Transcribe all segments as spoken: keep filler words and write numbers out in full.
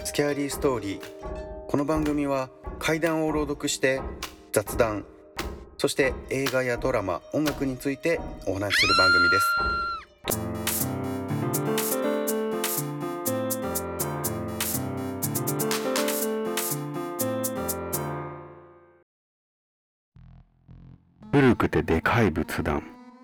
スキャーリーストーリー。この番組は怪談を朗読して雑談、そして映画やドラマ、音楽についてお話しする番組です。 古くてでかい仏壇。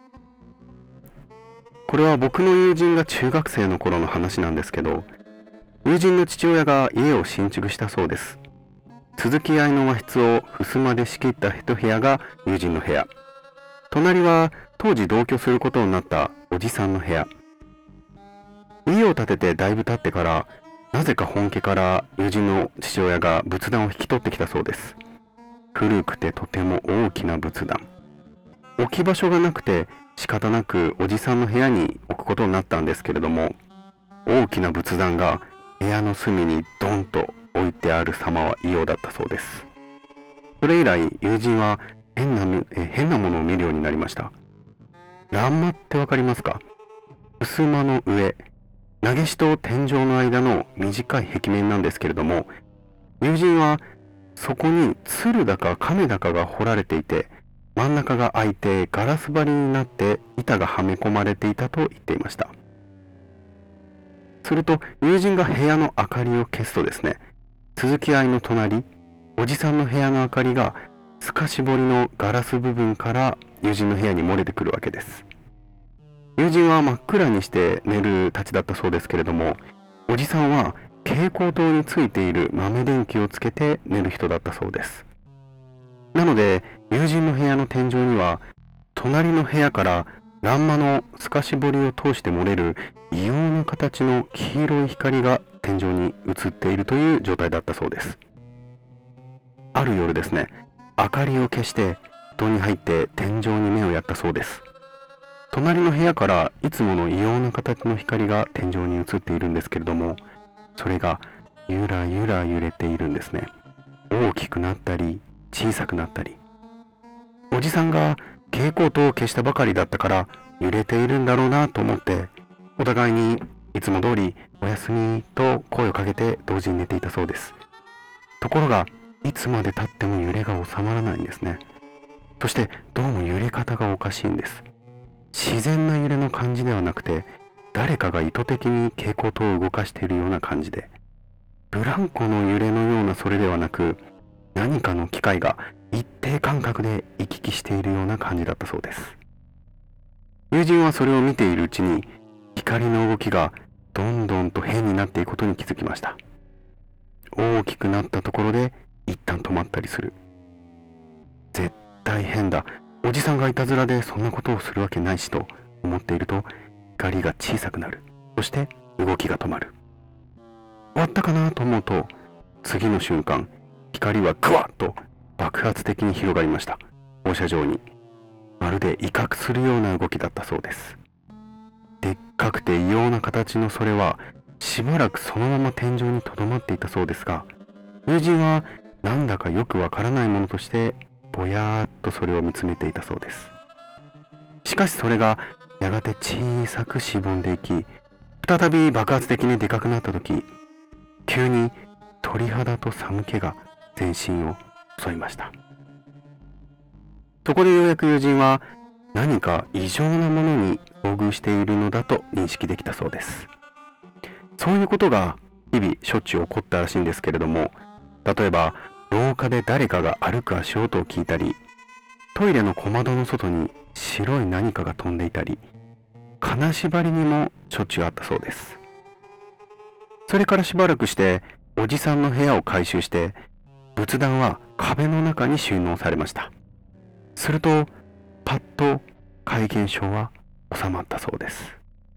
これは僕の友人が中学生の頃の話なんですけど、友人の父親が家を新築したそうです。続き合いの和室を襖で仕切った一部屋が友人の部屋、隣は当時同居することになったおじさんの部屋。家を建ててだいぶ経ってから、なぜか本家から友人の父親が仏壇を引き取ってきたそうです。古くてとても大きな仏壇。置き場所がなくて仕方なくおじさんの部屋に置くことになったんですけれども、大きな仏壇が部屋の隅にドンと置いてある様は異様だったそうです。それ以来友人は変なえ変なものを見るようになりました。欄間ってわかりますか？襖の上、投げしと天井の間の短い壁面なんですけれども、友人はそこに鶴だか亀だかが彫られていて、真ん中が開いてガラス張りになって板がはめ込まれていたと言っていました。すると友人が部屋の明かりを消すとですね、続き合いの隣、おじさんの部屋の明かりが透かし彫りのガラス部分から友人の部屋に漏れてくるわけです。友人は真っ暗にして寝るたちだったそうですけれども、おじさんは蛍光灯についている豆電気をつけて寝る人だったそうです。なので友人の部屋の天井には隣の部屋から欄間の透かし彫りを通して漏れる異様な形の黄色い光が天井に映っているという状態だったそうです。ある夜ですね、明かりを消して布団に入って天井に目をやったそうです。隣の部屋からいつもの異様な形の光が天井に映っているんですけれども、それがゆらゆら揺れているんですね。大きくなったり小さくなったり。おじさんが蛍光灯を消したばかりだったから揺れているんだろうなと思って、お互いにいつも通りおやすみと声をかけて同時に寝ていたそうです。ところがいつまで経っても揺れが収まらないんですね。そしてどうも揺れ方がおかしいんです。自然な揺れの感じではなくて、誰かが意図的に蛍光灯を動かしているような感じで、ブランコの揺れのようなそれではなく、何かの機械が一定間隔で行き来しているような感じだったそうです。友人はそれを見ているうちに、光の動きがどんどんと変になっていくことに気づきました。大きくなったところで一旦止まったりする。絶対変だ。おじさんがいたずらでそんなことをするわけないしと思っていると、光が小さくなる。そして動きが止まる。終わったかなと思うと、次の瞬間、光はグワッと爆発的に広がりました。放射状に。まるで威嚇するような動きだったそうです。でっかくて異様な形のそれは、しばらくそのまま天井にとどまっていたそうですが、友人はなんだかよくわからないものとしてぼやーっとそれを見つめていたそうです。しかしそれがやがて小さくしぼんでいき、再び爆発的にでかくなった時、急に鳥肌と寒気が全身を襲いました。そこでようやく友人は何か異常なものに遭遇しているのだと認識できたそうです。そういうことが日々しょっちゅう起こったらしいんですけれども、例えば廊下で誰かが歩く足音を聞いたり、トイレの小窓の外に白い何かが飛んでいたり、金縛りにもしょっちゅうあったそうです。それからしばらくしておじさんの部屋を改修して、仏壇は壁の中に収納されました。するとパッと怪現象は収まったそうです。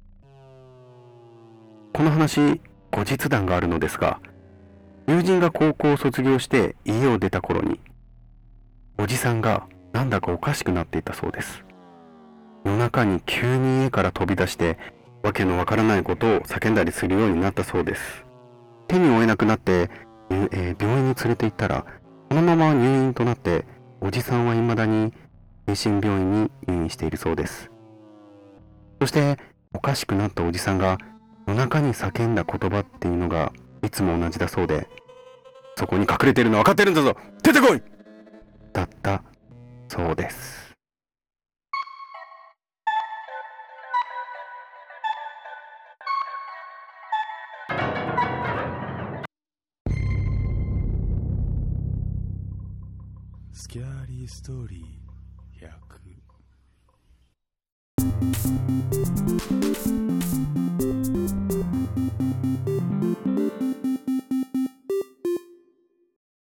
この話、後日談があるのですが、友人が高校を卒業して家を出た頃に、おじさんがなんだかおかしくなっていたそうです。夜中に急に家から飛び出してわけのわからないことを叫んだりするようになったそうです。手に負えなくなって、えー、病院に連れて行ったら、このまま入院となって、おじさんは未だに精神病院に入院しているそうです。そしておかしくなったおじさんが夜中に叫んだ言葉っていうのがいつも同じだそうで、そこに隠れているの分かってるんだぞ、出てこいだったそうです。 スキャーリーストーリーひゃく。